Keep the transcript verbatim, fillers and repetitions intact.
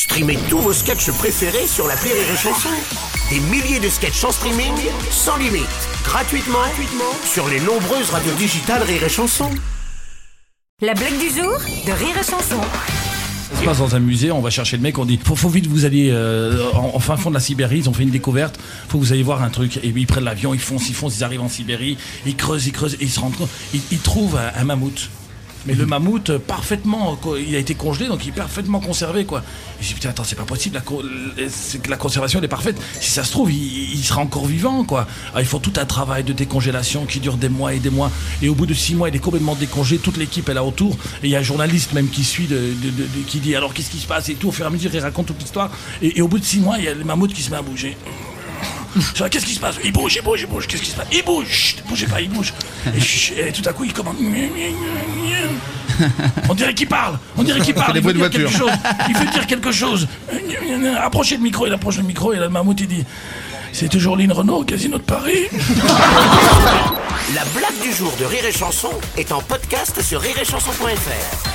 Streamez tous vos sketchs préférés sur l'appli Rire et Chanson. Des milliers de sketchs en streaming, sans limite, gratuitement, gratuitement sur les nombreuses radios digitales Rire et Chanson. La blague du jour de Rire et Chanson. Ça se passe dans un musée, on va chercher le mec, on dit faut, faut vite vous allez euh, en, en fin fond de la Sibérie, ils ont fait une découverte, faut que vous allez voir un truc. Et ils prennent l'avion, ils foncent, ils foncent, ils arrivent en Sibérie, ils creusent, ils creusent, et ils se rendent compte, ils, ils trouvent un, un mammouth. Mais le mammouth, parfaitement, il a été congelé, donc il est parfaitement conservé, quoi. Et je dis, putain, attends, c'est pas possible, la, co- c'est que la conservation, elle est parfaite. Si ça se trouve, il, il sera encore vivant, quoi. Alors, il faut tout un travail de décongélation qui dure des mois et des mois. Et au bout de six mois, il est complètement décongelé, toute l'équipe est là autour. Et il y a un journaliste même qui suit, de, de, de, de- qui dit, alors qu'est-ce qui se passe et tout. Au fur et à mesure, il raconte toute l'histoire. Et, et au bout de six mois, il y a le mammouth qui se met à bouger. Je dis, qu'est-ce qui se passe? Il bouge, il bouge, il bouge. Qu'est-ce qui se passe? Il bouge. Chut, bougez pas, il bouge. Et, chut, et tout à coup, il commence. On dirait qu'il parle. On dirait qu'il parle. Il veut dire quelque chose. Il veut dire quelque chose. Approchez le micro. Il approche le micro et là, le mammouth, il dit, c'est toujours Lynn Renault au Casino de Paris. La blague du jour de Rire et Chanson est en podcast sur rire et chanson point f r.